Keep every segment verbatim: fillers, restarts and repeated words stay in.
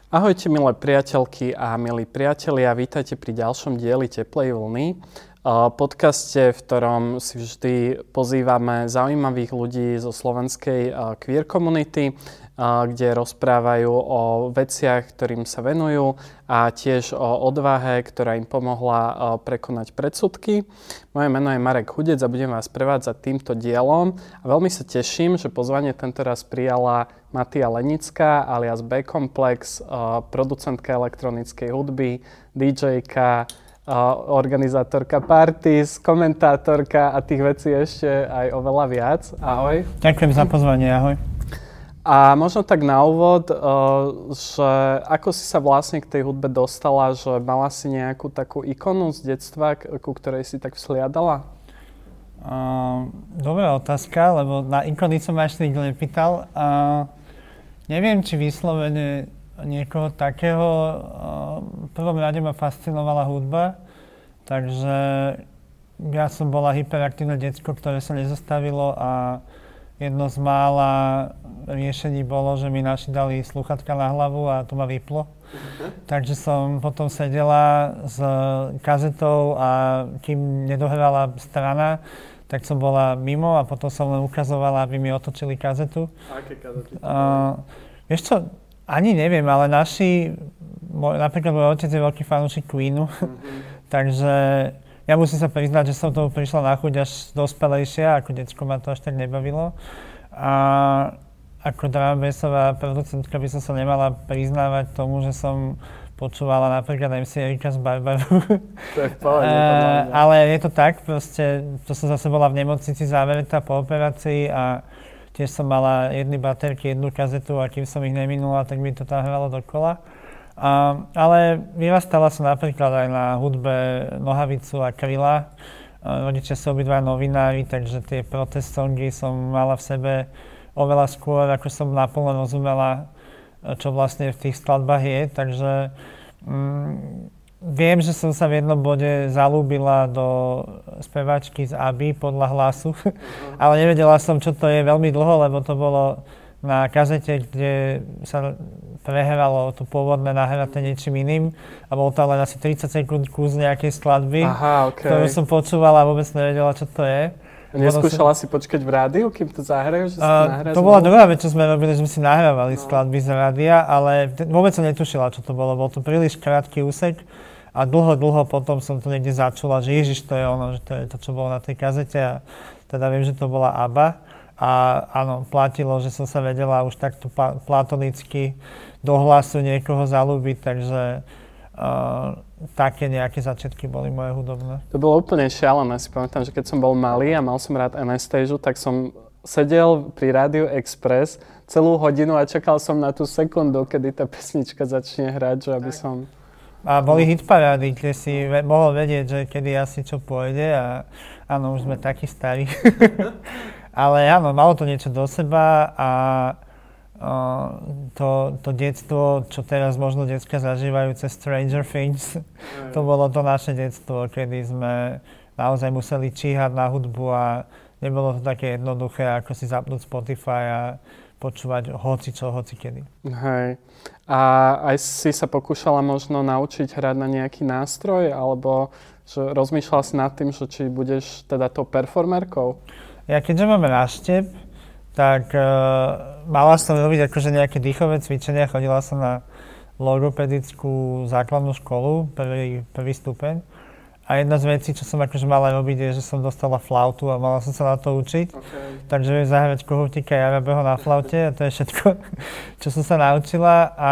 Ahojte milé priateľky a milí priatelia, vítajte pri ďalšom dieli Teplej vlny, podcaste, v ktorom si vždy pozývame zaujímavých ľudí zo slovenskej queer komunity, kde rozprávajú o veciach, ktorým sa venujú a tiež o odvahe, ktorá im pomohla prekonať predsudky. Moje meno je Marek Hudec a budem vás prevádzať týmto dielom. A veľmi sa teším, že pozvanie tentoraz prijala Matia Lenická alias B-Komplex, producentka elektronickej hudby, DJka, organizátorka parties, komentátorka a tých vecí ešte aj oveľa viac. Ahoj. Ďakujem za pozvanie, ahoj. A možno tak na úvod, že ako si sa vlastne k tej hudbe dostala, že mala si nejakú takú ikonu z detstva, ku ktorej si tak vzhliadala? Uh, dobrá otázka, lebo na ikony som ma ešte nikto nepýtal. Uh, neviem, či vyslovene niekoho takého. Uh, v prvom rade ma fascinovala hudba, takže ja som bola hyperaktívne decko, ktoré sa nezastavilo a jedno z mála riešení bolo, že mi naši dali slúchatka na hlavu a to ma vyplo. Uh-huh. Takže som potom sedela s kazetou a kým nedohrala strana, tak som bola mimo a potom som len ukazovala, aby mi otočili kazetu. Aké kazety? Uh, vieš čo, ani neviem, ale naši, môj, napríklad môj otec je veľký fanúšik Queenu, uh-huh. takže ja musím sa priznať, že som tomu prišla na chuť až dospelejšia, ako decko ma to až tak nebavilo. A ako drum'n'bassová producentka by som sa nemala priznávať tomu, že som počúvala napríklad em cé Erika z Barbaru. To je pohľadne, uh, ale je to tak, proste, to som zase bola v nemocnici záveretá po operácii a tiež som mala jedny baterky, jednu kazetu a kým som ich neminula, tak mi to tam hralo dokola. Uh, ale vyrastala som napríklad aj na hudbe Nohavicu a Kryla. Uh, rodičia sú obidva novinári, takže tie protest songy som mala v sebe oveľa skôr, ako som naplno rozumela, čo vlastne v tých skladbách je. Takže um, viem, že som sa v jednom bode zalúbila do speváčky z ABBY podľa hlasu, uh-huh. ale nevedela som, čo to je veľmi dlho, lebo to bolo na kazete, kde sa prehralo to pôvodné nahraté niečím iným a bol to len asi tridsať sekúnd kus nejakej skladby, Aha, okay. ktorú som počúvala a vôbec nevedela, čo to je. Neskúšala som... si počkať v rádiu, kým to zahrajú, že uh, To bola druhá vec, čo sme robili, že sme si nahrávali no. skladby z rádia, ale t- vôbec som netušila, čo to bolo. Bol to príliš krátky úsek a dlho, dlho potom som to niekde začula, že ježiš, to je ono, že to je to, čo bolo na tej kazete a teda viem, že to bola ABBA. A áno, platilo, že som sa vedela už takto pa- platonicky do hlasu niekoho zalúbiť, takže uh, také nejaké začiatky boli moje hudobné. To bolo úplne šialené, si pamätám, že keď som bol malý a mal som rád Anastasiu, tak som sedel pri Rádiu Express celú hodinu a čakal som na tú sekundu, kedy tá pesnička začne hrať, že aby som... A boli hitparády, kde si ve- mohol vedieť, že kedy asi čo pôjde a áno, už sme takí starí. Ale áno, malo to niečo do seba a uh, to, to detstvo, čo teraz možno decka zažívajú cez Stranger Things, mm. to bolo to naše detstvo, kedy sme naozaj museli číhať na hudbu a nebolo to také jednoduché, ako si zapnúť Spotify a počúvať hoci čo, hoci kedy. Hej. A aj si sa pokúšala možno naučiť hrať na nejaký nástroj, alebo že rozmýšľala si nad tým, že či budeš teda tou performerkou? Ja keďže mám náštep, tak uh, mala som robiť akože nejaké dýchové cvičenia, chodila som na logopedickú základnú školu, prvý, prvý stupeň. A jedna z vecí, čo som akože mala robiť, je, že som dostala flautu a mala som sa na to učiť. Okay. Takže viem zahrať Kohútika Jarabého na flaute a to je všetko, čo som sa naučila. A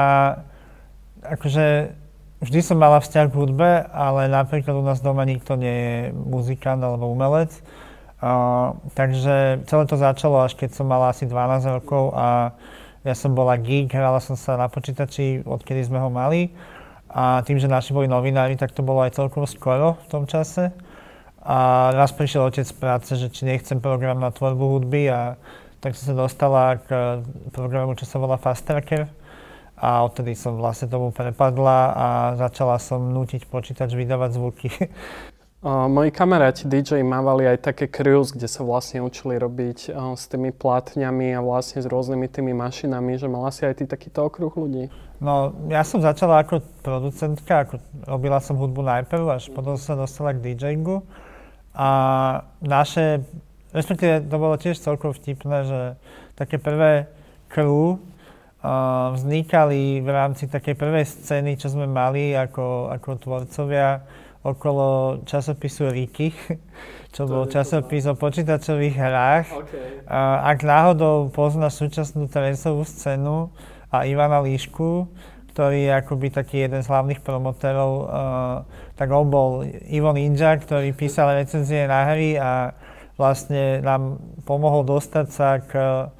akože vždy som mala vzťah k hudbe, ale napríklad u nás doma nikto nie je muzikant alebo umelec. Uh, takže celé to začalo, až keď som mala asi dvanásť rokov a ja som bola geek, hrala som sa na počítači, odkedy sme ho mali. A tým, že naši boli novinári, tak to bolo aj celkovo skoro v tom čase. A raz prišiel otec z práce, že či nechcem program na tvorbu hudby a tak som sa dostala k programu, čo sa volá Fast Tracker. A odtedy som vlastne tomu prepadla a začala som nútiť počítač vydávať zvuky. Uh, moji kamaráti dý džeji mávali aj také cruise, kde sa vlastne učili robiť uh, s tými plátňami a vlastne s rôznymi tými mašinami, že mala si aj ty takýto okruh ľudí? No, ja som začala ako producentka, ako robila som hudbu najprv, až potom som sa dostala k DJingu. A naše, respektíve to bolo tiež celkom vtipné, že také prvé crew uh, vznikali v rámci takej prvej scény, čo sme mali ako, ako tvorcovia okolo časopisu Riky, čo bol časopis o počítačových hrách. Okay. Uh, ak náhodou poznáš súčasnú trensovú scénu a Ivana Líšku, ktorý je akoby taký jeden z hlavných promotérov, uh, tak on bol Ivo Ninja, ktorý písal recenzie na hry a vlastne nám pomohol dostať sa k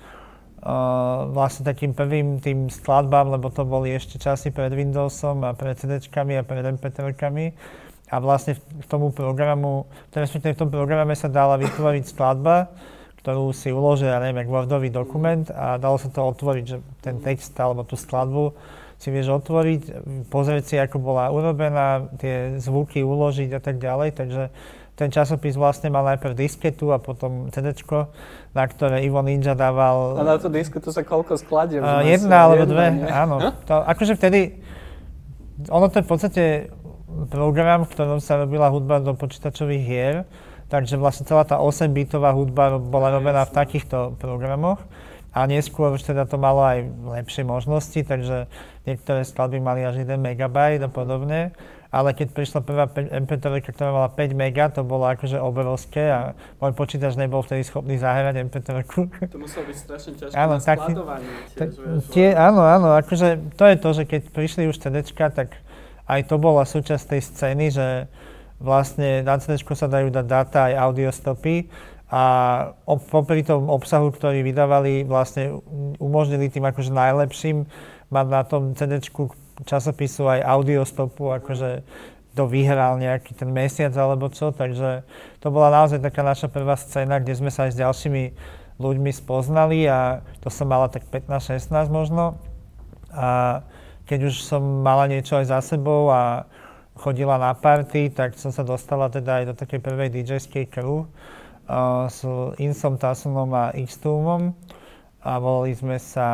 uh, vlastne takým prvým tým skladbám, lebo to boli ešte časy pred Windowsom a pred CDčkami a pred em pé trikami. A vlastne v tomu programu, v tom programe sa dala vytvoriť skladba, ktorú si uložil, ja neviem, Wordový dokument a dalo sa to otvoriť, že ten text alebo tú skladbu si vieš otvoriť, pozrieť si, ako bola urobená, tie zvuky uložiť a tak ďalej. Takže ten časopis vlastne mal najprv disketu a potom CDčko, na ktoré Ivo Ninja dával... A na tú disketu sa koľko skladieb? Uh, jedna alebo dve, nie? Áno. To, akože vtedy, ono to je v podstate program, v ktorom sa robila hudba do počítačových hier, takže vlastne celá tá osem-bitová hudba bola robená v takýchto programoch a neskôr už teda to malo aj lepšie možnosti, takže niektoré skladby mali až jeden megabajt a podobne, ale keď prišla prvá em pé tri, ktorá mala päť mega, to bolo akože obrovské a môj počítač nebol vtedy schopný zahrať em pé tri. To muselo byť strašne ťažké áno, na skladovanie tiež, vieš. Tie, áno, áno, akože to je to, že keď prišli už CDčka, tak aj to bola súčasť tej scény, že vlastne na cédečko sa dajú dať dáta aj audiostopy a popri tom obsahu, ktorý vydávali, vlastne umožnili tým akože najlepším mať na tom cédečku časopisu aj audiostopu, akože to vyhral nejaký ten mesiac alebo čo, takže to bola naozaj taká naša prvá scéna, kde sme sa aj s ďalšími ľuďmi spoznali a to som mala tak pätnásť šestnásť možno. A keď už som mala niečo aj za sebou a chodila na party, tak som sa dostala teda aj do takej prvej dý džejskej crew uh, s Insom, Tasunom a X-Toomom a volali sme sa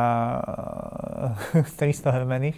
uh, tristo hrmených.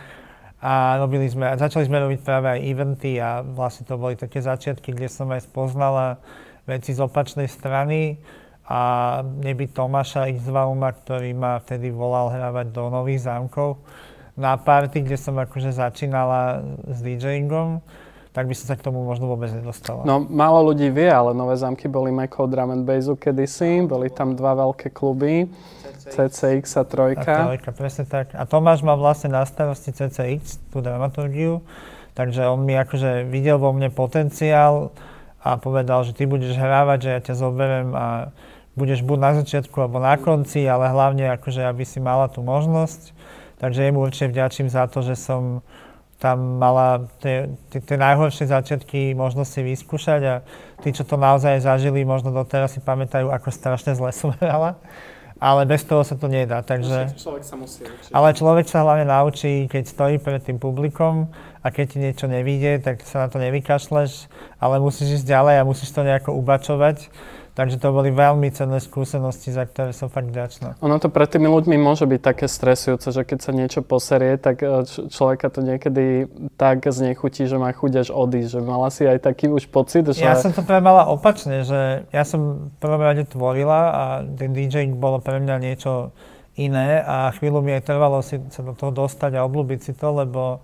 A robili sme, začali sme robiť práve aj eventy a vlastne to boli také začiatky, kde som aj spoznala veci z opačnej strany a nebyť Tomáša X-Vauma, ktorý ma vtedy volal hrávať do Nových zámkov na party, kde som akože začínala s DJingom, tak by som sa k tomu možno vôbec nedostala. No, málo ľudí vie, ale Nové Zámky boli mekou drum and bassu kedysi, boli tam dva veľké kluby, cé cé iks a Trojka. A Trojka, presne tak. A Tomáš má vlastne na starosti cé cé iks, tú dramaturgiu, takže on mi akože videl vo mne potenciál a povedal, že ty budeš hrávať, že ja ťa zoberiem a budeš buď na začiatku alebo na konci, ale hlavne akože, aby si mala tú možnosť. Takže jemu určite vďačím za to, že som tam mala tie, tie, tie najhoršie začiatky možnosť si vyskúšať a tí, čo to naozaj zažili, možno doteraz si pamätajú, ako strašne zle som hrala. Ale bez toho sa to nedá, takže... Človek sa musí učiť. Ale človek sa hlavne naučí, keď stojí pred tým publikom a keď ti niečo nevíde, tak sa na to nevykašleš, ale musíš ísť ďalej a musíš to nejako ubačovať. Takže to boli veľmi cenné skúsenosti, za ktoré som fakt vďačná. Ono to pre tými ľuďmi môže byť také stresujúce, že keď sa niečo poserie, tak č- človeka to niekedy tak znechutí, že má chuť až odísť. Že mala si aj taký už pocit, že... Ja som to pre mala opačne, že ja som v prvom rade tvorila a ten DJing bolo pre mňa niečo iné a chvíľu mi aj trvalo si sa do toho dostať a obľúbiť si to, lebo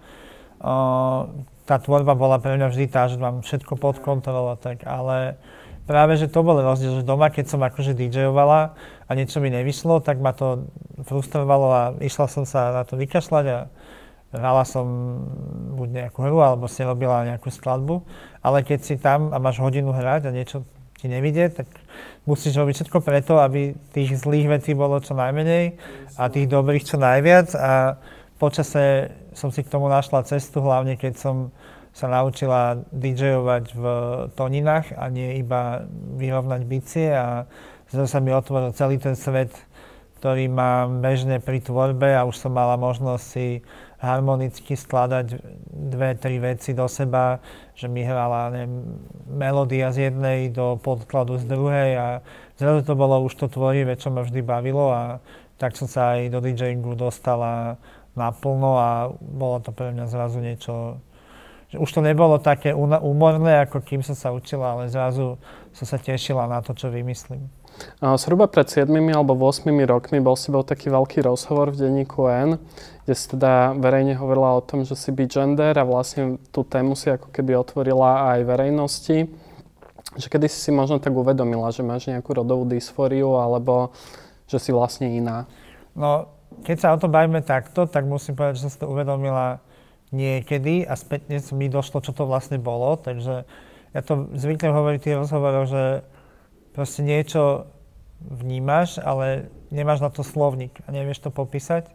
uh, tá tvorba bola pre mňa vždy tá, že mám všetko pod kontrolou a tak, ale práve, že to bol rozdiel, že doma, keď som akože DJovala a niečo mi nevyšlo, tak ma to frustrovalo a išla som sa na to vykašľať a hrala som buď nejakú hru, alebo si robila nejakú skladbu, ale keď si tam a máš hodinu hrať a niečo ti nevidie, tak musíš robiť všetko preto, aby tých zlých vecí bolo čo najmenej a tých dobrých čo najviac a počase som si k tomu našla cestu, hlavne keď som sa naučila DJovať v toninách a nie iba vyrovnať bicie a zase sa mi otvoril celý ten svet ktorý mám bežne pri tvorbe a už som mala možnosť si harmonicky skladať dve, tri veci do seba, že mi hrala neviem, melódia z jednej do podkladu z druhej a zrazu to bolo už to tvorivé, čo ma vždy bavilo a tak som sa aj do DJingu dostala naplno a bolo to pre mňa zrazu niečo, že už to nebolo také úmorné, ako kým som sa učila, ale zrazu som sa tešila na to, čo vymyslím. Zhruba pred siedmimi alebo ôsmimi rokmi bol s tebou taký veľký rozhovor v denníku N, kde si teda verejne hovorila o tom, že si bigender a vlastne tú tému si ako keby otvorila aj verejnosti. Že kedy si si možno tak uvedomila, že máš nejakú rodovú dysfóriu alebo že si vlastne iná? No, keď sa o tom bavíme takto, tak musím povedať, že som si to uvedomila niekedy a spätne mi došlo, čo to vlastne bolo. Takže ja to zvyknem hovoriť v tých rozhovoroch, že proste niečo vnímaš, ale nemáš na to slovník a nevieš to popísať.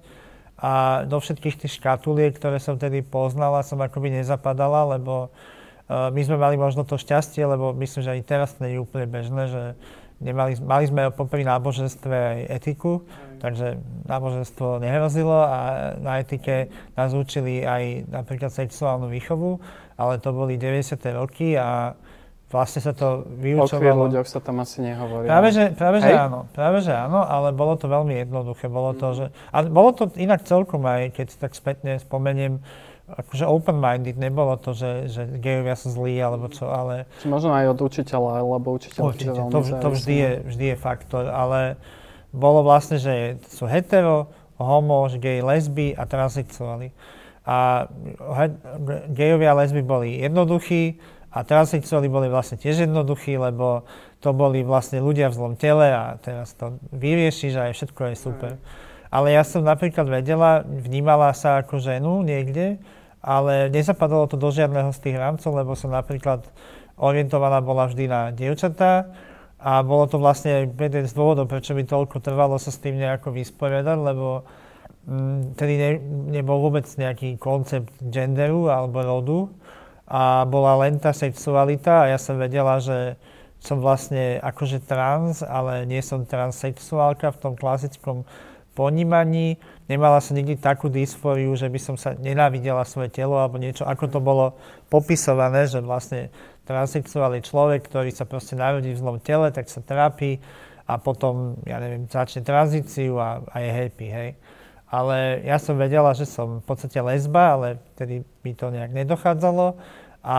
A do všetkých tých škatuliek, ktoré som tedy poznala, som akoby nezapadala, lebo uh, my sme mali možno to šťastie, lebo myslím, že aj teraz to nie je úplne bežné, že nemali, mali sme popri náboženstve aj etiku, takže náboženstvo nehrozilo a na etike nás učili aj napríklad sexuálnu výchovu, ale to boli deväťdesiate roky a vlastne sa to vyučovalo. O queer ľuďoch sa tam asi nehovorí. Práve, že, práve že áno, práve že áno, ale bolo to veľmi jednoduché. Bolo to, že, a bolo to inak celkom aj, keď si tak spätne spomeniem, akože open-minded, nebolo to, že, že gejovia sú zlí, alebo čo, ale... Možno aj od učiteľa, alebo učiteľ. Určite, to, to vždy, je, vždy je faktor, ale bolo vlastne, že sú hetero, homo, gej, lesby a transsexuáli. A he, gejovia a lesby boli jednoduchí a transsexuáli boli vlastne tiež jednoduchí, lebo to boli vlastne ľudia v zlom tele a teraz to vyriešiš a je všetko je super. Ale ja som napríklad vedela, vnímala sa ako ženu niekde, ale nezapadalo to do žiadneho z tých rámcov, lebo som napríklad orientovaná bola vždy na dievčatá a bolo to vlastne jeden z dôvodov, prečo mi toľko trvalo sa s tým nejako vysporiadať, lebo m, tedy ne, nebol vôbec nejaký koncept genderu alebo rodu a bola len tá sexualita a ja som vedela, že som vlastne akože trans, ale nie som transsexuálka v tom klasickom ponímaní. Nemala som nikdy takú dysfóriu, že by som sa nenávidela svoje telo alebo niečo, ako to bolo popisované, že vlastne transsexuál je človek, ktorý sa proste narodí v zlom tele, tak sa trápi a potom, ja neviem, začne tranzíciu a, a je happy, hej. Ale ja som vedela, že som v podstate lesba, ale vtedy mi to nejak nedochádzalo a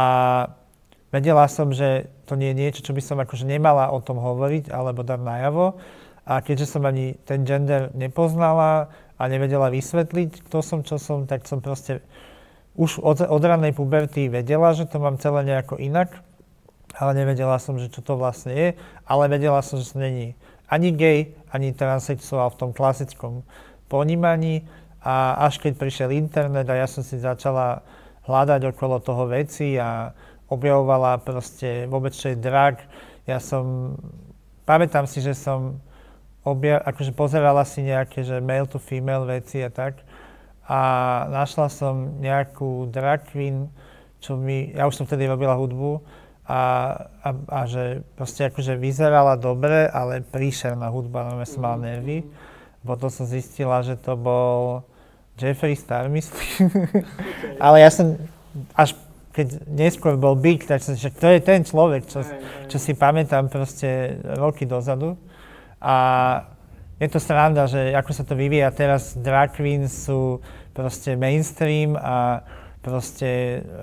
vedela som, že to nie je niečo, čo by som akože nemala o tom hovoriť alebo dať najavo. A keďže som ani ten gender nepoznala a nevedela vysvetliť, kto som, čo som, tak som proste už od, od ranej puberty vedela, že to mám celé nejako inak, ale nevedela som, že čo to vlastne je, ale vedela som, že som není ani gay, ani transsexuál v tom klasickom ponímaní a až keď prišiel internet a ja som si začala hľadať okolo toho veci a objavovala proste vôbec, čo je drag, ja som, pamätám si, že som Obja- akože pozerala si nejaké, že male to female veci a tak. A našla som nejakú drag queen, čo mi, ja už som vtedy robila hudbu a, a, a že proste akože vyzerala dobre, ale príšerná hudba, no som mal nervy. Potom som zistila, že to bol Jeffree Star, myslím. Okay. Ale ja som, až keď neskôr bol Big, tak som si, že to je ten človek, čo, čo si pamätám proste roky dozadu. A je to sranda, že ako sa to vyvíja teraz, drag queens sú proste mainstream a proste e,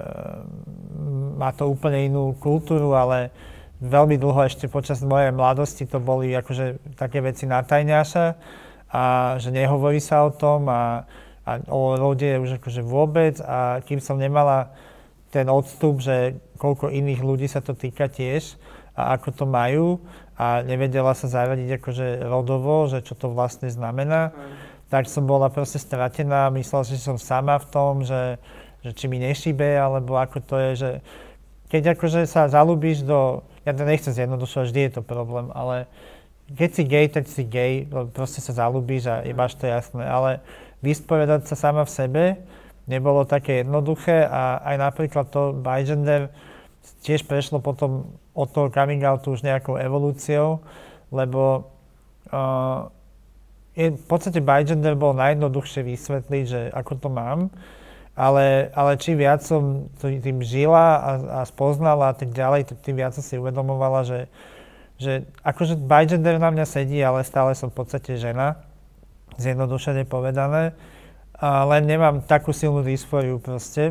má to úplne inú kultúru, ale veľmi dlho ešte počas mojej mladosti to boli akože také veci na tajňaša a že nehovorí sa o tom a, a o rode už akože vôbec a kým som nemala ten odstup, že koľko iných ľudí sa to týka tiež a ako to majú, a nevedela sa zaradiť akože rodovo, že čo to vlastne znamená, mm. tak som bola proste stratená, myslela, že som sama v tom, že, že či mi nešíbe, alebo ako to je, že keď akože sa zalúbíš do, ja to nechcem zjednodušovať, vždy je to problém, ale keď si gej, tak si gej, proste sa zalúbíš a je máš to jasné, ale vysporiadať sa sama v sebe nebolo také jednoduché a aj napríklad to bigender tiež prešlo potom od toho coming outu už nejakou evolúciou, lebo uh, je, v podstate bigender bol najjednoduchšie vysvetliť, že ako to mám, ale, ale čím viac som tým žila a, a spoznala a tak ďalej, tým viac som si uvedomovala, že, že akože bigender na mňa sedí, ale stále som v podstate žena, zjednodušene povedané, a len nemám takú silnú dysfóriu proste.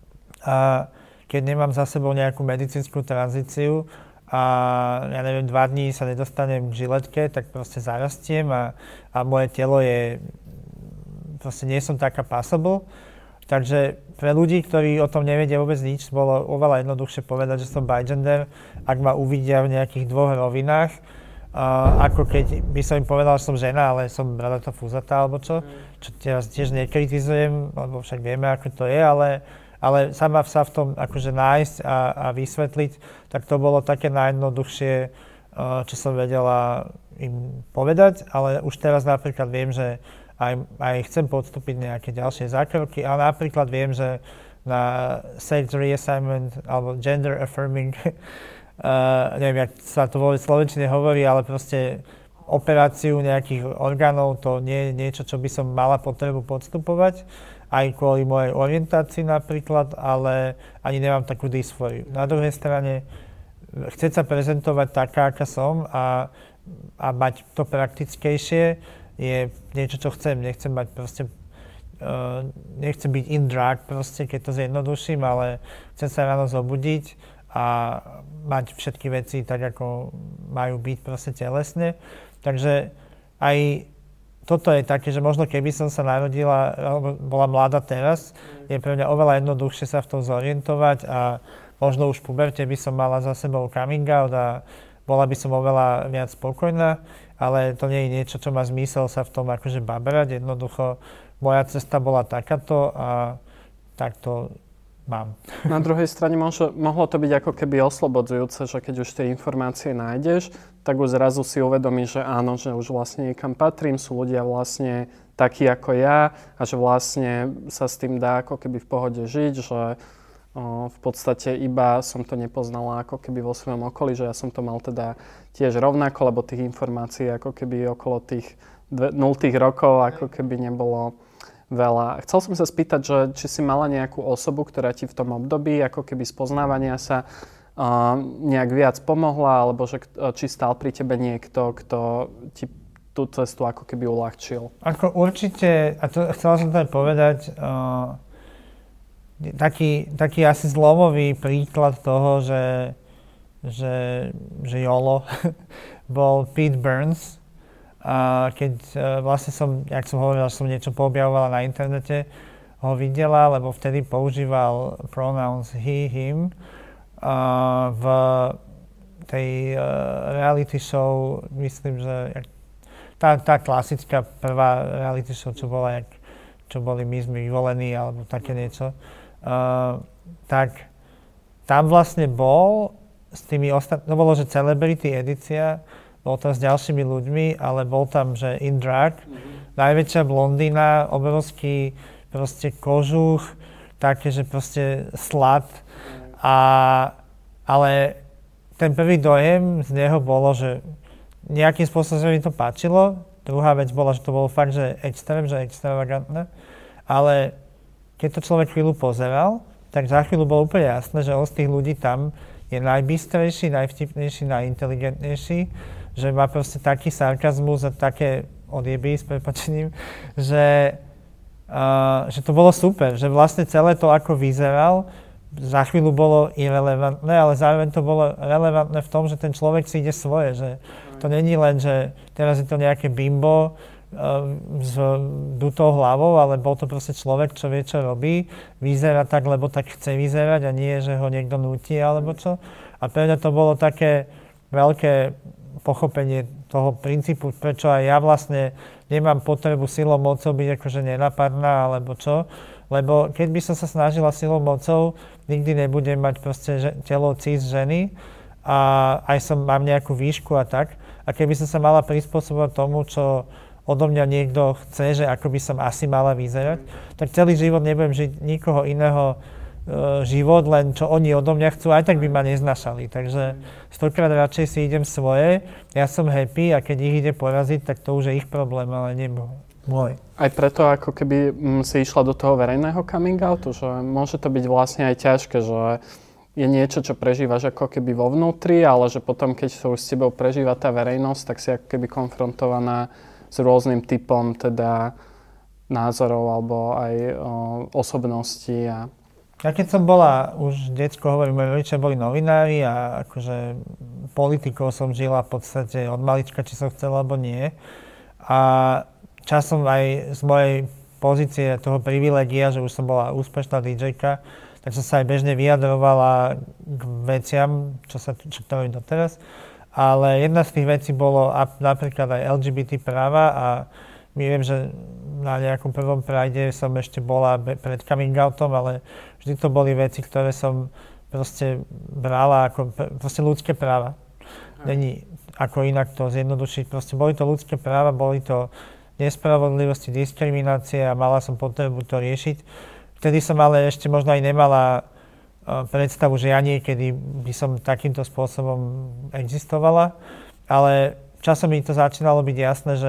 A keď nemám za sebou nejakú medicínsku tranzíciu a ja neviem, dva dní sa nedostanem k žiletke, tak proste zarastiem a, a moje telo je, proste nie som taká passable. Takže pre ľudí, ktorí o tom nevedia vôbec nič, bolo oveľa jednoduchšie povedať, že som bigender, ak ma uvidia v nejakých dvoch rovinách, uh, ako keď by som im povedal, že som žena, ale som bradata fúzatá, alebo čo, čo teraz tiež nekritizujem, lebo však vieme, ako to je, ale, ale sama sa v tom akože nájsť a, a vysvetliť, tak to bolo také najjednoduchšie, uh, čo som vedela im povedať, ale už teraz napríklad viem, že Aj, aj chcem podstúpiť nejaké ďalšie zákroky, ale napríklad viem, že na sex reassignment alebo gender affirming, uh, neviem, jak sa to vo slovenčine hovorí, ale proste operáciu nejakých orgánov, to nie je niečo, čo by som mala potrebu podstupovať, aj kvôli mojej orientácii napríklad, ale ani nemám takú dysfóriu. Na druhej strane, chcieť sa prezentovať taká, aká som a, a mať to praktickejšie, je niečo, čo chcem. Nechcem mať proste, uh, nechcem byť in drag proste, keď to zjednoduším, ale chcem sa ráno zobudiť a mať všetky veci tak, ako majú byť proste telesne. Takže aj toto je také, že možno keby som sa narodila, alebo bola mladá teraz, je pre mňa oveľa jednoduchšie sa v tom zorientovať a možno už v puberte by som mala za sebou coming out a bola by som oveľa viac spokojná, ale to nie je niečo, čo má zmysel sa v tom akože babrať. Jednoducho, moja cesta bola takáto a takto mám. Na druhej strane môže, mohlo to byť ako keby oslobodzujúce, že keď už tie informácie nájdeš, tak už zrazu si uvedomíš, že áno, že už vlastne niekam patrím, sú ľudia vlastne takí ako ja a že vlastne sa s tým dá ako keby v pohode žiť, že O, v podstate iba som to nepoznala ako keby vo svojom okolí, že ja som to mal teda tiež rovnako, lebo tých informácií ako keby okolo tých nultých rokov ako keby nebolo veľa. Chcel som sa spýtať, že či si mala nejakú osobu, ktorá ti v tom období ako keby spoznávania sa uh, nejak viac pomohla, alebo že, či stál pri tebe niekto, kto ti tú cestu ako keby uľahčil. Ako určite, a to chcela som to aj povedať, uh... Taký, taký asi zlomový príklad toho, že, že, že YOLO bol Pete Burns. A keď uh, vlastne som, jak som hovoril, že som niečo poobjavovala na internete, ho videla, lebo vtedy používal pronouns he, him. Uh, v tej uh, reality show, myslím, že jak, tá, tá klasická prvá reality show, čo bola, jak, čo boli my sme vyvolení, alebo také niečo. Uh, tak tam vlastne bol s tými ostatnými, to bolo, že celebrity edícia, bol tam s ďalšími ľuďmi, ale bol tam, že in drag, mm-hmm. najväčšia blondína, obrovský proste kožuch, také, že proste slat. Mm-hmm. A, ale ten prvý dojem z neho bolo, že nejakým spôsobom mi to páčilo. Druhá vec bola, že to bolo fakt, že extrém, že extravagantné. Ale keď to človek chvíľu pozeral, tak za chvíľu bolo úplne jasné, že on z tých ľudí tam je najbystrejší, najvtipnejší, najinteligentnejší, že má proste taký sarkazmus a také odjeby s prepáčením, že, uh, že to bolo super, že vlastne celé to, ako vyzeral, za chvíľu bolo irelevantné, ale zároveň to bolo relevantné v tom, že ten človek si ide svoje, že to není len, že teraz je to nejaké bimbo, s dutou hlavou, ale bol to proste človek, čo vie, čo robí, vyzerá tak, lebo tak chce vyzerať a nie, že ho niekto núti alebo čo. A pre mňa to bolo také veľké pochopenie toho princípu, prečo aj ja vlastne nemám potrebu silou mocou byť akože nenapadná alebo čo. Lebo keď by som sa snažila silou mocou, nikdy nebudem mať proste telo cis ženy a aj som mám nejakú výšku a tak. A keby som sa mala prispôsobovať tomu, čo odo mňa niekto chce, že ako by som asi mala vyzerať, tak celý život nebudem žiť nikoho iného život, len čo oni odo mňa chcú, aj tak by ma neznašali. Takže stokrát radšej si idem svoje, ja som happy a keď ich ide poraziť, tak to už je ich problém, ale nie môj. Aj preto, ako keby si išla do toho verejného coming outu, že môže to byť vlastne aj ťažké, že je niečo, čo prežívaš ako keby vo vnútri, ale že potom, keď sa už s tebou prežíva tá verejnosť, tak si ako keby konfrontovaná s rôznym typom teda názorov alebo aj o, osobností a ja keď som bola už detsko, hovorím, moji rodičia boli novinári a akože politikou som žila v podstate od malička, či som chcela, alebo nie. A časom aj z mojej pozície toho privilegia, že už som bola úspešná dýdžejka, tak som sa aj bežne vyjadrovala k veciam, čo sa čo to robí doteraz. Ale jedna z tých vecí bolo napríklad aj el gé bé té práva a my viem, že na nejakom prvom pride som ešte bola pred coming outom, ale vždy to boli veci, ktoré som proste brala ako proste ľudské práva. Není ako inak to zjednodušiť. Proste boli to ľudské práva, boli to nespravodlivosti, diskriminácie a mala som potrebu to riešiť. Vtedy som ale ešte možno aj nemala predstavu, že ja niekedy by som takýmto spôsobom existovala, ale časom mi to začínalo byť jasné, že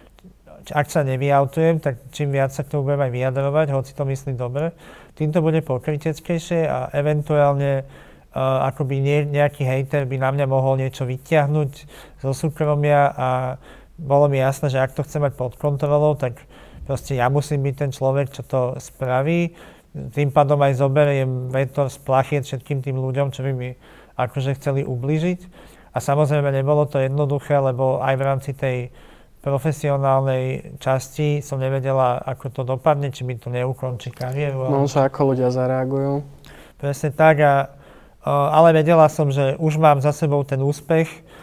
ak sa nevyautujem, tak čím viac sa k tomu budem aj vyjadrovať, hoci to myslí dobre, tým to bude pokryteckejšie a eventuálne uh, akoby nie, nejaký hejter by na mňa mohol niečo vyťahnuť zo súkromia a bolo mi jasné, že ak to chcem mať pod kontrolou, tak proste ja musím byť ten človek, čo to spraví. Tým pádom aj zoberiem vetor z plachiet všetkým tým ľuďom, čo by mi akože chceli ublížiť. A samozrejme nebolo to jednoduché, lebo aj v rámci tej profesionálnej časti som nevedela, ako to dopadne, či mi to neukončí kariéru. No, že ako ľudia zareagujú. Presne tak, a, ale vedela som, že už mám za sebou ten úspech,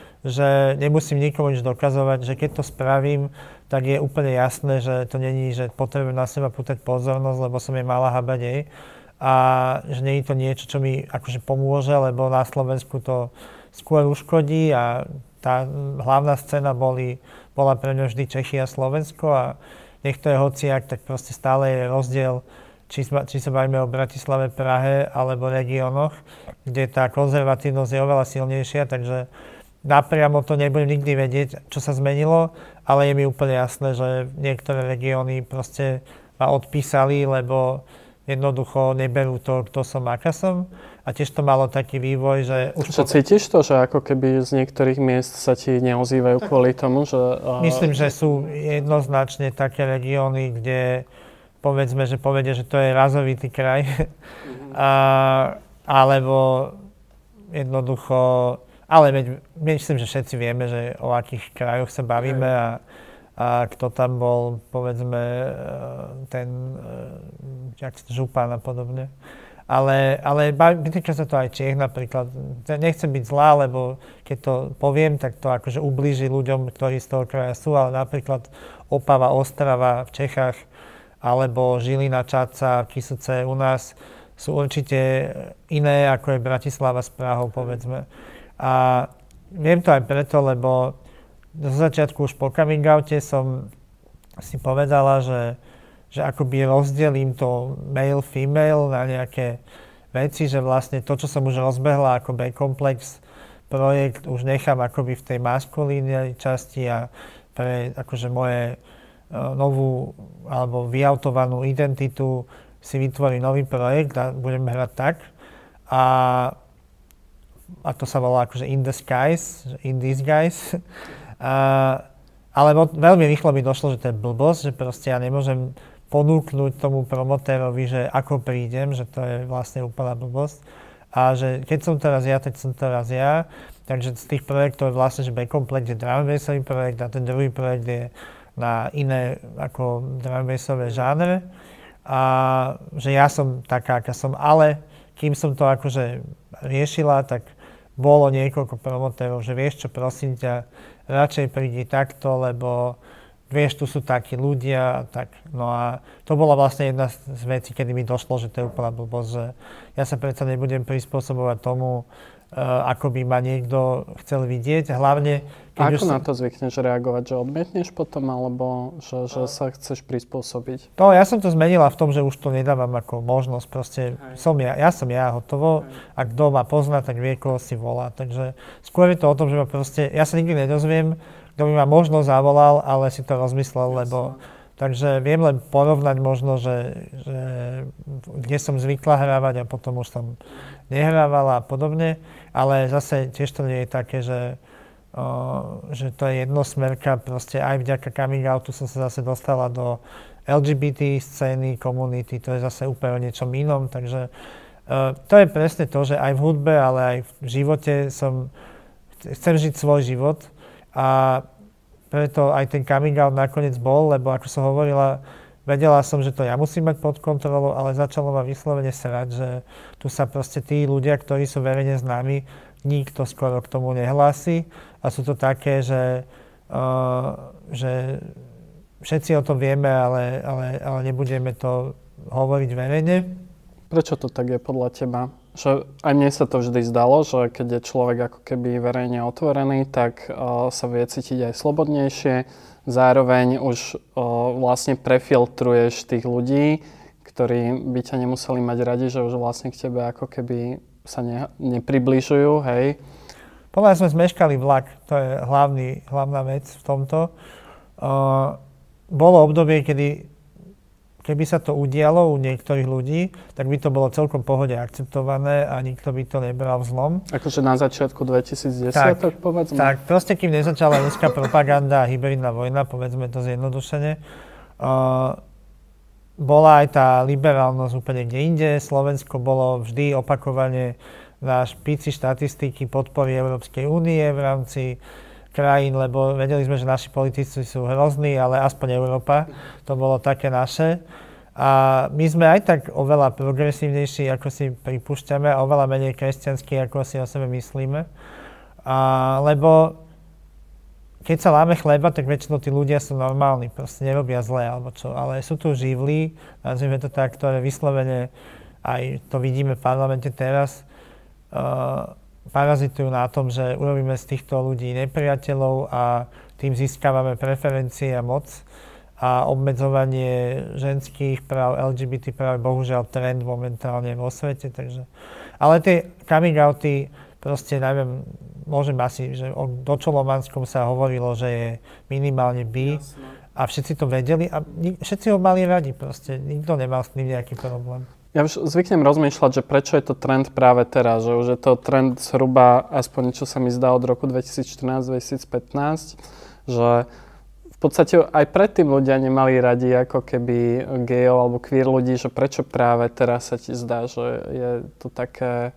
že nemusím nikomu nič dokazovať, že keď to spravím, tak je úplne jasné, že to není, že potrebujem na seba pútať pozornosť, lebo som je mala habať jej. A že nie je to niečo, čo mi akože pomôže, lebo na Slovensku to skôr uškodí a tá hlavná scéna boli, bola pre mňa vždy Čechy a Slovensko a nech to je hociak, tak proste stále je rozdiel, či, či sa bavíme o Bratislave, Prahe alebo regiónoch, kde tá konzervatívnosť je oveľa silnejšia, takže napriamo to nebudem nikdy vedieť, čo sa zmenilo, ale je mi úplne jasné, že niektoré regióny proste ma odpísali, lebo jednoducho neberú to, kto som, aká som. A tiež to malo taký vývoj, že... Už čo, cítiš to, že ako keby z niektorých miest sa ti neozývajú tak, kvôli tomu, že... Uh... Myslím, že sú jednoznačne také regióny, kde povedzme, že povedia, že to je razovitý kraj. Mm-hmm. a, alebo jednoducho... Ale veď, myslím, že všetci vieme, že o akých krajoch sa bavíme a, a kto tam bol, povedzme, ten jak župan a podobne. Ale, ale týka sa to aj Čiech napríklad. Nechcem byť zlá, lebo keď to poviem, tak to akože ublíži ľuďom, ktorí z toho kraja sú, ale napríklad Opava, Ostrava v Čechách alebo Žilina, Čadca, Kysuce u nás sú určite iné, ako je Bratislava s Prahou, povedzme. A viem to aj preto, lebo zo začiatku už po coming oute som si povedala, že že akoby rozdelím to male-female na nejaké veci, že vlastne to, čo som už rozbehla ako B-komplex projekt, už nechám akoby v tej maskulínnej časti a pre akože moje uh, novú alebo vyautovanú identitu si vytvorím nový projekt a budem hrať tak. A, a to sa volá akože In the Skies, In These Guys. a, ale veľmi rýchlo mi došlo, že to je blbosť, že proste ja nemôžem ponúknuť tomu promotérovi, že ako prídem, že to je vlastne úplná blbosť. A že keď som teraz ja, teď som teraz ja. Takže z tých projektov je vlastne, že B-komplex je drum and bassový projekt a ten druhý projekt je na iné ako drum and bassové žánre. A že ja som taká, aká som, ale kým som to akože riešila, tak bolo niekoľko promotérov, že vieš čo, prosím ťa, radšej prídi takto, lebo vieš, tu sú takí ľudia, tak. No a to bola vlastne jedna z vecí, kedy mi došlo, že to je úplná blbosť, že ja sa predsa nebudem prispôsobovať tomu, Uh, ako by ma niekto chcel vidieť. Hlavne, keď a ako už na to zvykneš reagovať? Že odmietneš potom, alebo že, že sa chceš prispôsobiť? No, ja som to zmenila v tom, že už to nedávam ako možnosť. Proste som ja, ja som ja, hotovo. Hej. A kto ma pozná, tak vie, koho si volá. Takže skôr je to o tom, že ma proste, ja sa nikdy nedozviem, kto by ma možno zavolal, ale si to rozmyslel, Jasne. lebo takže viem len porovnať možno, že, že kde som zvykla hrávať a potom už som nehrávala a podobne, ale zase tiež to nie je také, že, o, že to je jednosmerka, proste aj vďaka coming outu som sa zase dostala do el gé bé té scény, komunity, to je zase úplne o niečom inom, takže o, to je presne to, že aj v hudbe, ale aj v živote som, chcem žiť svoj život a preto aj ten coming out nakoniec bol, lebo ako som hovorila, vedela som, že to ja musím mať pod kontrolou, ale začalo ma vyslovene srať, že tu sa proste tí ľudia, ktorí sú verejne známi, nikto skoro k tomu nehlási a sú to také, že, uh, že všetci o tom vieme, ale, ale, ale nebudeme to hovoriť verejne. Prečo to tak je podľa teba? Že aj mne sa to vždy zdalo, že keď je človek ako keby verejne otvorený, tak uh, sa vie cítiť aj slobodnejšie. Zároveň už uh, vlastne prefiltruješ tých ľudí, ktorí by ťa nemuseli mať radi, že už vlastne k tebe ako keby sa ne, nepribližujú, hej? Podľa mňa sme zmeškali vlak, to je hlavný, hlavná vec v tomto. Uh, bolo obdobie, kedy keby sa to udialo u niektorých ľudí, tak by to bolo celkom pohode akceptované a nikto by to nebral v zlom. Akože na začiatku dvetisícdesať, tak, tak povedzme? Tak, proste kým nezačala ruská propaganda a hybridná vojna, povedzme to zjednodušene, uh, bola aj tá liberálnosť úplne kde inde. Slovensko bolo vždy opakovane na špici štatistiky podpory Európskej únie v rámci krajín, lebo vedeli sme, že naši politici sú hrozní, ale aspoň Európa, to bolo také naše. A my sme aj tak oveľa progresívnejší, ako si pripúšťame, a oveľa menej kresťanskí, ako si o sebe myslíme. A, lebo keď sa láme chleba, tak väčšinou tí ľudia sú normálni, proste nerobia zle, alebo čo. Ale sú tu živlí, nazvime to tak, ktoré vyslovene, aj to vidíme v parlamente teraz, uh, parazitujú na tom, že urobíme z týchto ľudí nepriateľov a tým získavame preferencie a moc a obmedzovanie ženských práv, el gé bé té práv, bohužiaľ trend momentálne vo svete, takže... Ale tie coming outy, proste neviem, môžem asi, že o Dočolomanskom sa hovorilo, že je minimálne bi a všetci to vedeli a všetci ho mali radi, proste nikto nemal s tým nejaký problém. Ja už zvyknem rozmýšľať, že prečo je to trend práve teraz, že už je to trend zhruba, aspoň čo sa mi zdá, od roku dvetisícštrnásť dvetisícpätnásť, že v podstate aj predtým ľudia nemali radi ako keby gejov alebo queer ľudí, že prečo práve teraz sa ti zdá, že je to také...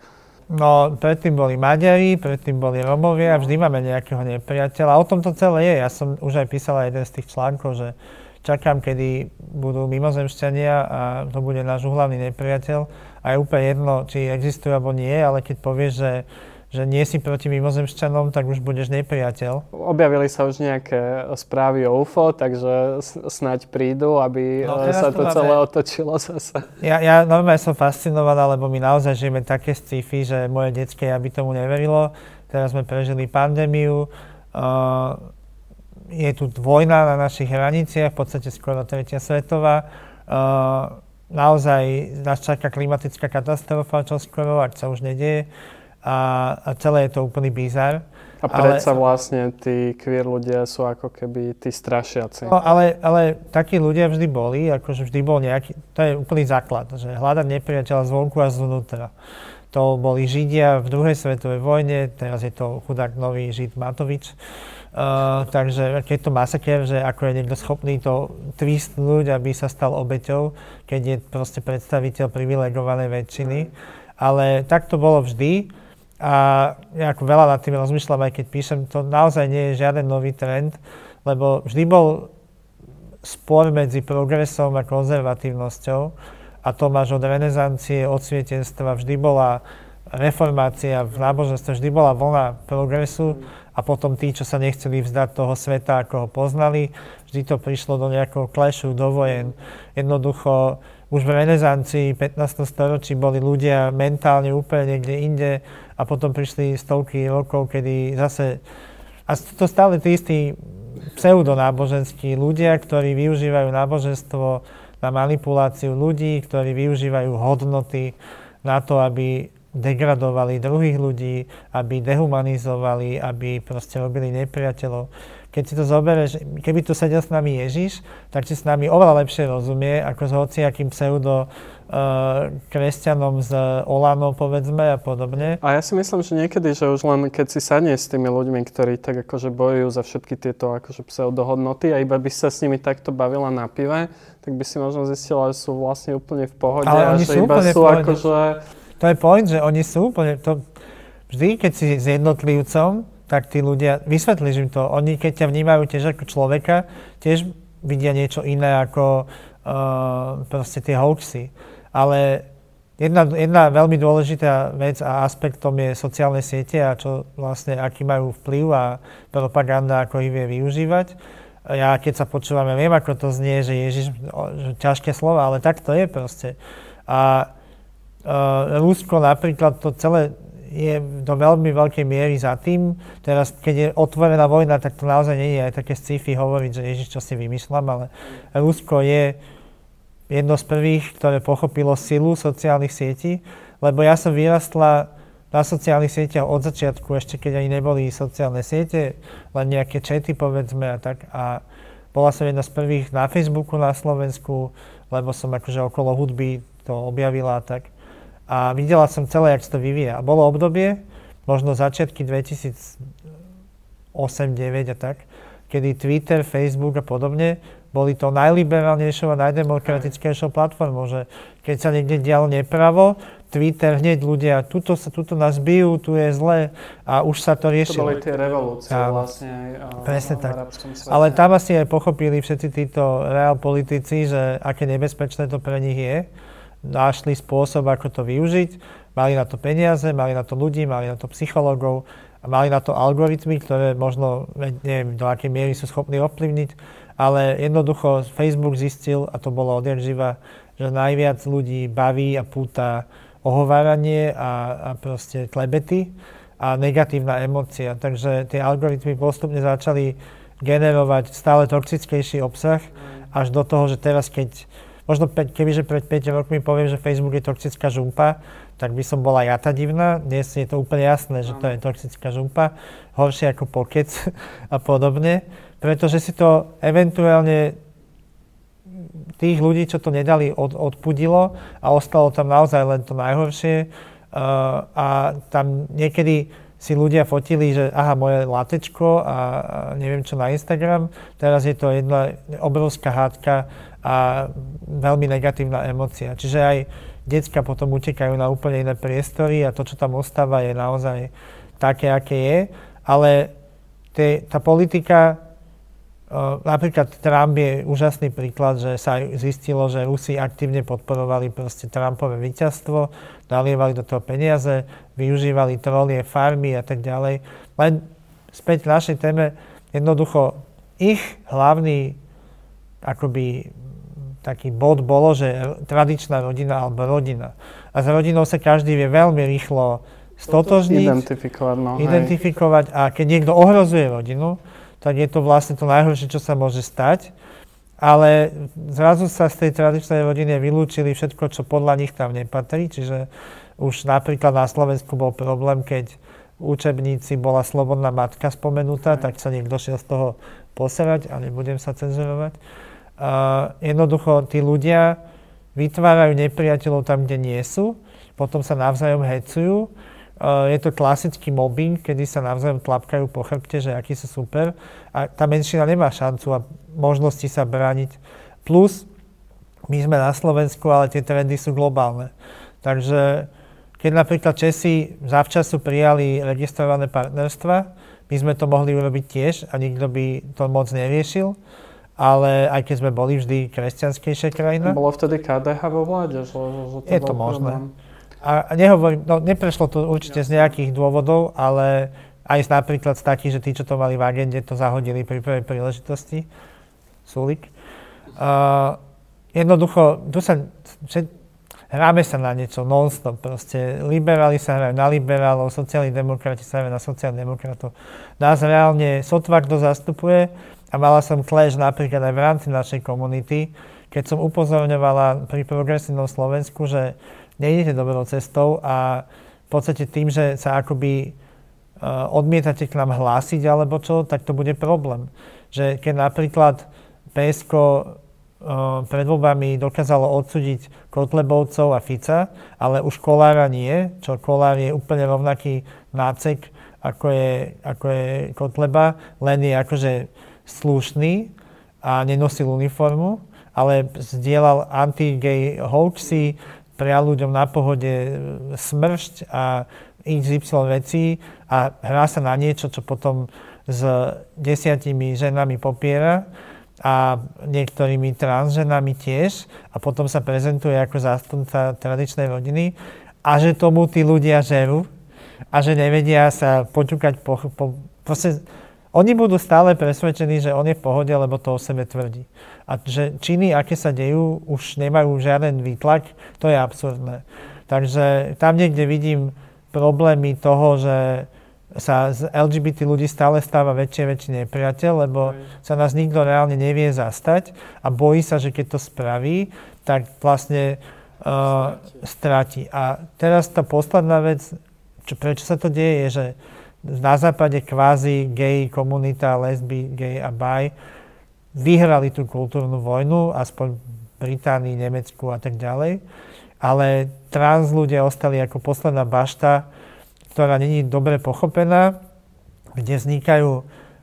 No, predtým boli Maďari, predtým boli Romovia, vždy máme nejakého nepriateľa. O tom to celé je. Ja som už aj písala jeden z tých článkov, že čakám, kedy budú mimozemšťania a to bude náš úhlavný nepriateľ. A je úplne jedno, či existuje alebo nie, ale keď povieš, že, že nie si proti mimozemšťanom, tak už budeš nepriateľ. Objavili sa už nejaké správy o ú ef ó, takže snáď prídu, aby no, sa to, to celé máme... otočilo zase. Ja, ja normálne som fascinovaná, lebo my naozaj žijeme také sci-fi, že moje detské aby tomu neverilo. Teraz sme prežili pandémiu. Uh, Je tu vojna na našich hraniciach, v podstate skoro tretia svetová. Uh, naozaj nás čaká klimatická katastrofa, čo skoro, ak sa už nedieje. A, a celé je to úplný bizar. A predsa ale, vlastne tí queer ľudia sú ako keby tí strašiaci. No, ale, ale takí ľudia vždy boli, akože vždy bol nejaký, to je úplný základ, že hľadať nepriateľa zvonku a zvnútra. To boli Židia v druhej svetovej vojne, teraz je to chudák nový Žid Matovič. Uh, takže keď to masaker, že ako je niekto schopný to twistnúť, aby sa stal obeťou, keď je proste predstaviteľ privilegovanej väčšiny. Ale tak to bolo vždy a ja ako veľa nad tým rozmýšľam, aj keď píšem, to naozaj nie je žiaden nový trend, lebo vždy bol spor medzi progresom a konzervatívnosťou a to máš od renesancie, od svietenstva, vždy bola reformácia v náboženstve, vždy bola vlna progresu a potom tí, čo sa nechceli vzdať toho sveta, ako ho poznali, vždy to prišlo do nejakého clashu, do vojen. Jednoducho, už v renesancii pätnástom storočí boli ľudia mentálne úplne niekde inde a potom prišli stovky rokov, kedy zase... A to stále tí istí pseudonáboženskí ľudia, ktorí využívajú náboženstvo na manipuláciu ľudí, ktorí využívajú hodnoty na to, aby degradovali druhých ľudí, aby dehumanizovali, aby proste robili nepriateľov. Keď si to zoberieš, keby tu sedel s nami Ježiš, tak si s nami oveľa lepšie rozumie, ako s hociakým pseudo uh, kresťanom z Olano, povedzme, a podobne. A ja si myslím, že niekedy, že už len keď si sadne s tými ľuďmi, ktorí tak akože bojujú za všetky tieto akože pseudohodnoty a iba by sa s nimi takto bavila na pive, tak by si možno zistila, že sú vlastne úplne v pohode. Ale a oni že sú iba úplne sú v pohode. akože... To je point, že oni sú úplne... To, vždy, keď si s jednotlivcom, tak tí ľudia, vysvetlíš im to, oni keď ťa vnímajú tiež ako človeka, tiež vidia niečo iné ako uh, proste tie hoaxy. Ale jedna, jedna veľmi dôležitá vec a aspektom je sociálne siete a čo vlastne, aký majú vplyv a propaganda, ako ich vie využívať. Ja keď sa počúvam, ja viem, ako to znie, že Ježiš, že ťažké slova, ale tak to je proste. A uh, Rusko napríklad to celé je do veľmi veľkej miery za tým. Teraz, keď je otvorená vojna, tak to naozaj nie je aj také sci-fi hovoriť, že Ježiš, čo si vymýšľam, ale Rusko je jedno z prvých, ktoré pochopilo silu sociálnych sietí, lebo ja som vyrastla na sociálnych sieťach od začiatku, ešte keď ani neboli sociálne siete, len nejaké chaty, povedzme, a tak. A bola som jedna z prvých na Facebooku na Slovensku, lebo som akože okolo hudby to objavila a tak. A videla som celé, jak sa to vyvíja. A bolo obdobie, možno začiatky dvetisícosem deväť a tak, kedy Twitter, Facebook a podobne boli to najliberálnejšou a najdemokratickejšou platformou, že keď sa niekde dialo nepravo, Twitter hneď ľudia, tuto, sa, tuto nás bijú, tu je zle a už sa to riešilo. To boli tie revolúcie ja, vlastne aj presne v tak. arabskom svete. Ale tam asi aj pochopili všetci títo reál politici, že aké nebezpečné to pre nich je. Našli spôsob, ako to využiť. Mali na to peniaze, mali na to ľudí, mali na to psychológov a mali na to algoritmy, ktoré možno, neviem, do akej miery sú schopní ovplyvniť, ale jednoducho Facebook zistil, a to bolo odjak živa, že najviac ľudí baví a púta ohováranie a, a proste klebety a negatívna emócia. Takže tie algoritmy postupne začali generovať stále toxickejší obsah až do toho, že teraz, keď možno kebyže pred päť rokmi poviem, že Facebook je toxická žumpa, tak by som bola ja tá divná. Dnes je to úplne jasné, že to je toxická žumpa. Horšie ako pokec a podobne. Pretože si to eventuálne tých ľudí, čo to nedali, od, odpudilo a ostalo tam naozaj len to najhoršie. Uh, a tam niekedy si ľudia fotili, že aha, moje latečko a, a neviem čo na Instagram. Teraz je to jedna obrovská hádka a veľmi negatívna emócia. Čiže aj decka potom utekajú na úplne iné priestory a to, čo tam ostáva, je naozaj také, aké je. Ale te, tá politika, uh, napríklad Trump je úžasný príklad, že sa zistilo, že Rusi aktívne podporovali proste Trumpové víťazstvo, nalievali do toho peniaze, využívali trolie, farmy a tak ďalej. Len späť k našej téme, jednoducho ich hlavný akoby taký bod bolo, že tradičná rodina alebo rodina. A s rodinou sa každý vie veľmi rýchlo stotožniť, identifikovať, no, identifikovať a keď niekto ohrozuje rodinu, tak je to vlastne to najhoršie, čo sa môže stať. Ale zrazu sa z tej tradičnej rodiny vylúčili všetko, čo podľa nich tam nepatrí. Čiže už napríklad na Slovensku bol problém, keď v učebníci bola slobodná matka spomenutá, tak sa niekto šiel z toho poserať a nebudem sa cenzurovať. Uh, jednoducho tí ľudia vytvárajú nepriateľov tam, kde nie sú, potom sa navzájom hecujú. Uh, je to klasický mobbing, kedy sa navzájom tlapkajú po chrbte, že akí sú super a tá menšina nemá šancu a možnosti sa brániť. Plus, my sme na Slovensku, ale tie trendy sú globálne. Takže keď napríklad Česi zavčasu prijali registrované partnerstva, my sme to mohli urobiť tiež a nikto by to moc neriešil. Ale aj keď sme boli vždy kresťanskejšia krajina. Bolo vtedy ká dé há vo vláde? Že, že to je to možné. A nehovorím, no neprešlo to určite z nejakých dôvodov, ale aj napríklad z takých, že tí, čo to mali v agende, to zahodili pri prvej príležitosti. Sulík. Uh, jednoducho, tu sa, že, hráme sa na niečo non-stop, proste liberáli sa hrajú na liberálov, sociálni demokrati sa hrajú na sociálnych demokratov. Nás reálne sotva kto zastupuje a mala som clash napríklad aj v rámci našej komunity, keď som upozorňovala pri progresívnom Slovensku, že nejdete dobrou cestou a v podstate tým, že sa akoby uh, odmietate k nám hlásiť alebo čo, tak to bude problém. Že keď napríklad pé es ká uh, pred voľbami dokázalo odsúdiť Kotlebovcov a Fica, ale už Kollára nie, čo Kollár je úplne rovnaký nácek, ako je, ako je Kotleba, len je akože slušný a nenosil uniformu, ale zdieľal anti-gay hoaxy, prial ľuďom na pohode smršť a iks ypsilon vecí a hrá sa na niečo, čo potom s desiatimi ženami popiera a niektorými transženami tiež a potom sa prezentuje ako zástupca tradičnej rodiny a že tomu tí ľudia žerú a že nevedia sa poťukať po... po proste, oni budú stále presvedčení, že on je v pohode, lebo to o sebe tvrdí. A že činy, aké sa dejú, už nemajú žiaden výtlak, to je absurdné. Takže tam niekde vidím problémy toho, že sa z el gé bé té ľudí stále stáva väčšie a väčší nepriateľ, lebo sa nás nikto reálne nevie zastať a bojí sa, že keď to spraví, tak vlastne uh, stratí. A teraz tá posledná vec, čo, prečo sa to deje, je, že na západe kvázi gay komunita, lesby, gay a bi vyhrali tú kultúrnu vojnu, aspoň v Británii, Nemecku a tak ďalej. Ale trans ľudia ostali ako posledná bašta, ktorá není dobre pochopená, kde vznikajú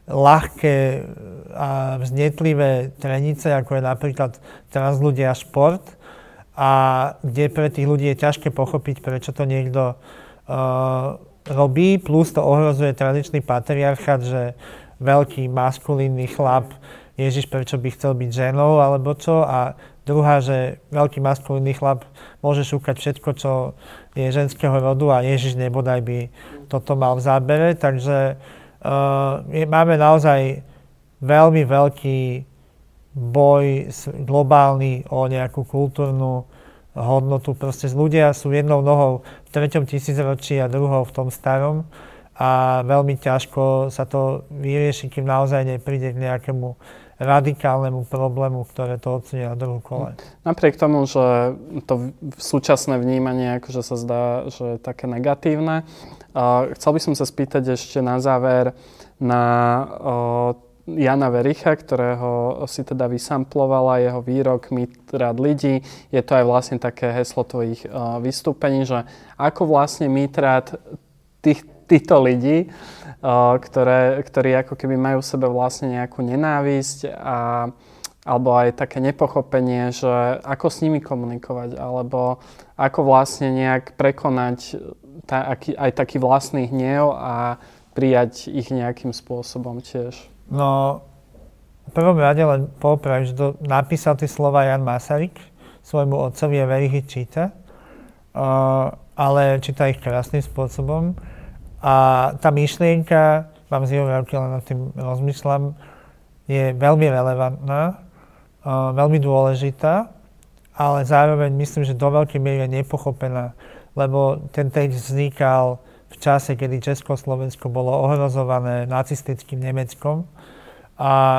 ľahké a vznetlivé trenice, ako je napríklad trans ľudia a šport, a kde pre tých ľudí je ťažké pochopiť, prečo to niekto uh, robí, plus to ohrozuje tradičný patriarchát, že veľký maskulínny chlap, Ježiš, prečo by chcel byť ženou, alebo čo, a druhá, že veľký maskulínny chlap môže šúkať všetko, čo je ženského rodu a Ježiš nebodaj by toto mal v zábere, takže uh, je, máme naozaj veľmi veľký boj globálny o nejakú kultúrnu hodnotu. Proste ľudia sú jednou nohou v treťom tisícročí a druhou v tom starom a veľmi ťažko sa to vyrieši, kým naozaj nepríde k nejakému radikálnemu problému, ktoré to odsunie na druhú kole. Napriek tomu, že to súčasné vnímanie akože sa zdá, že je také negatívne, uh, chcel by som sa spýtať ešte na záver na uh, Jana Vericha, ktorého si teda vysamplovala, jeho výrok My rád ľudí. Je to aj vlastne také heslo tvojich uh, vystúpení, že ako vlastne my rád tých, týchto ľudí, uh, ktoré, ktorí ako keby majú v sebe vlastne nejakú nenávisť a, alebo aj také nepochopenie, že ako s nimi komunikovať, alebo ako vlastne nejak prekonať tá, aký, aj taký vlastný hnev a prijať ich nejakým spôsobom tiež. No, v prvom rade len popravím, že to napísal tie slova Jan Masaryk svojmu otcovi a Verich ich číta, uh, ale číta ich krásnym spôsobom. A tá myšlienka, mám z jeho roky, len nad tým rozmýšľam, je veľmi relevantná, uh, veľmi dôležitá, ale zároveň myslím, že do veľkej miery je nepochopená, lebo ten text vznikal v čase, kedy Československo bolo ohrozované nacistickým Nemeckom a,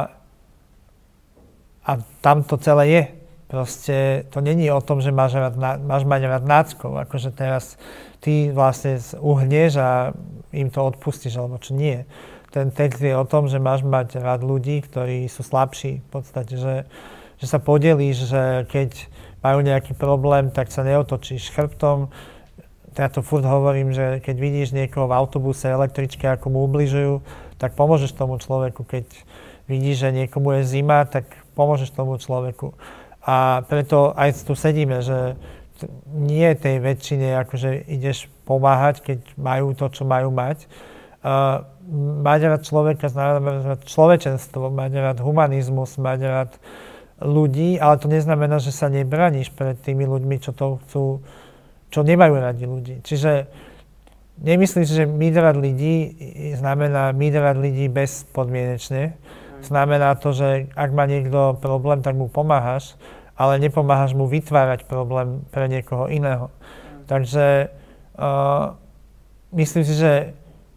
a tam to celé je. Proste to není o tom, že máš, rád, máš mať rád náckov, akože teraz ty vlastne uhneš a im to odpustíš, alebo čo nie. Ten text je o tom, že máš mať rád ľudí, ktorí sú slabší v podstate, že, že sa podelíš, že keď majú nejaký problém, tak sa neotočíš chrbtom. Ja to furt hovorím, že keď vidíš niekoho v autobuse, električke, ako mu ubližujú, tak pomôžeš tomu človeku. Keď vidíš, že niekomu je zima, tak pomôžeš tomu človeku. A preto aj tu sedíme, že nie tej väčšine akože ideš pomáhať, keď majú to, čo majú mať. Uh, mať rád človeka, znamená rád človečenstvo, mať rád humanizmus, mať rád ľudí, ale to neznamená, že sa nebraníš pred tými ľuďmi, čo to chcú, čo nemajú radi ľudí. Čiže nemyslíš, že mít rád ľudí znamená mít rád ľudí bezpodmienečne, Znamená to, že ak má niekto problém, tak mu pomáhaš, ale nepomáhaš mu vytvárať problém pre niekoho iného. Takže uh, myslím si, že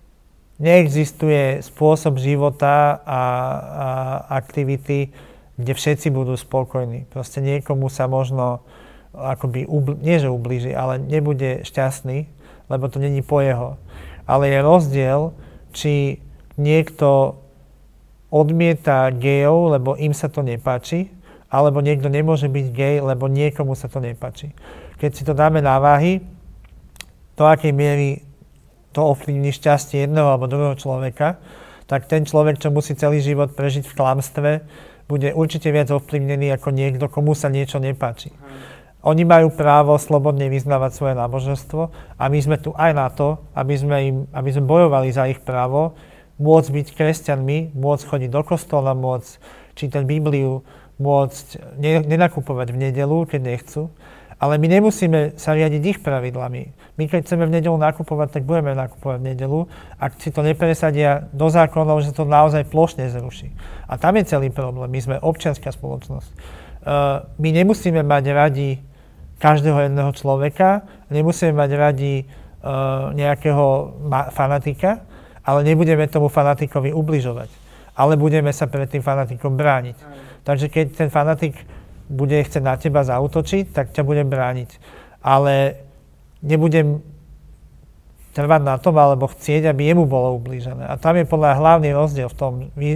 neexistuje spôsob života a, a aktivity, kde všetci budú spokojní. Proste niekomu sa možno akoby, ubl- nie že ublíži, ale nebude šťastný, lebo to není po jeho. Ale je rozdiel, či niekto odmieta gejov, lebo im sa to nepáči, alebo niekto nemôže byť gej, lebo niekomu sa to nepáči. Keď si to dáme na váhy, do akej miery to ovplyvní šťastie jedného alebo druhého človeka, tak ten človek, čo musí celý život prežiť v klamstve, bude určite viac ovplyvnený ako niekto, komu sa niečo nepáči. Oni majú právo slobodne vyznávať svoje náboženstvo a my sme tu aj na to, aby sme, im, aby sme bojovali za ich právo, môcť byť kresťanmi, môcť chodiť do kostola, môcť čítať Bibliu, môcť nenakupovať v nedeľu, keď nechcú. Ale my nemusíme sa riadiť ich pravidlami. My keď chceme v nedeľu nakupovať, tak budeme nakupovať v nedeľu. Ak si to nepresadia do zákonov, že to naozaj plošne zruší. A tam je celý problém. My sme občianská spoločnosť. Uh, my nemusíme mať radi každého jedného človeka, nemusíme mať radi uh, nejakého ma- fanatika, ale nebudeme tomu fanatikovi ubližovať. Ale budeme sa pred tým fanatikom brániť. Aj. Takže keď ten fanatik bude chcieť na teba zaútočiť, tak ťa budem brániť. Ale nebudem trvať na tom, alebo chcieť, aby jemu bolo ublížené. A tam je podľa hlavný rozdiel v tom,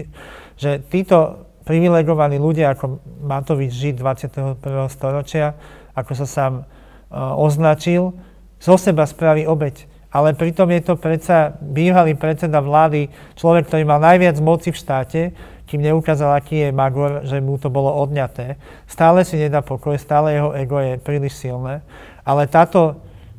že títo privilegovaní ľudia, ako Matovič Žid dvadsiateho prvého storočia, ako sa sám uh, označil, zo seba spraví obeť. Ale pritom je to predsa bývalý predseda vlády, človek, ktorý mal najviac moci v štáte, kým neukázal, aký je magor, že mu to bolo odňaté. Stále si nedá pokoj, stále jeho ego je príliš silné. Ale táto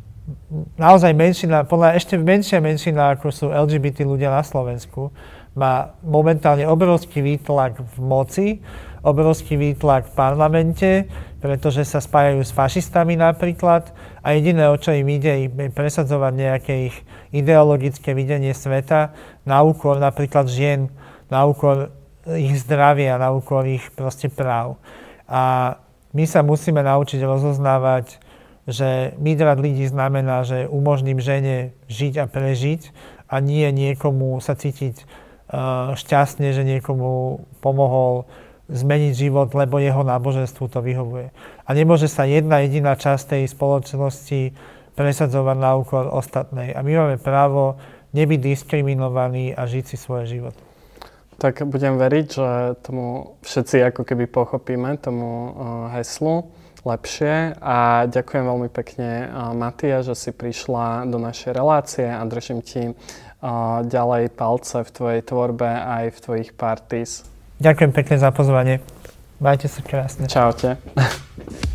naozaj menšina, podľa ešte menšia menšina, ako sú el gé bé té ľudia na Slovensku, má momentálne obrovský výtlak v moci, obrovský výtlak v parlamente, pretože sa spájajú s fašistami napríklad a jediné, o čo im ide, je presadzovať nejaké ich ideologické videnie sveta na úkor napríklad žien, na úkor ich zdravia, na úkor ich proste práv. A my sa musíme naučiť rozoznávať, že byť rád ľudí znamená, že umožním žene žiť a prežiť a nie niekomu sa cítiť uh, šťastne, že niekomu pomohol zmeniť život, lebo jeho náboženstvu to vyhovuje. A nemôže sa jedna jediná časť tej spoločnosti presadzovať na úkor ostatnej. A my máme právo nebyť diskriminovaní a žiť si svoj život. Tak budem veriť, že tomu všetci ako keby pochopíme, tomu uh, heslu lepšie. A ďakujem veľmi pekne, uh, Matia, že si prišla do našej relácie a držím ti uh, ďalej palce v tvojej tvorbe aj v tvojich parties. Ďakujem pekne za pozvanie. Majte sa krásne. Čaute.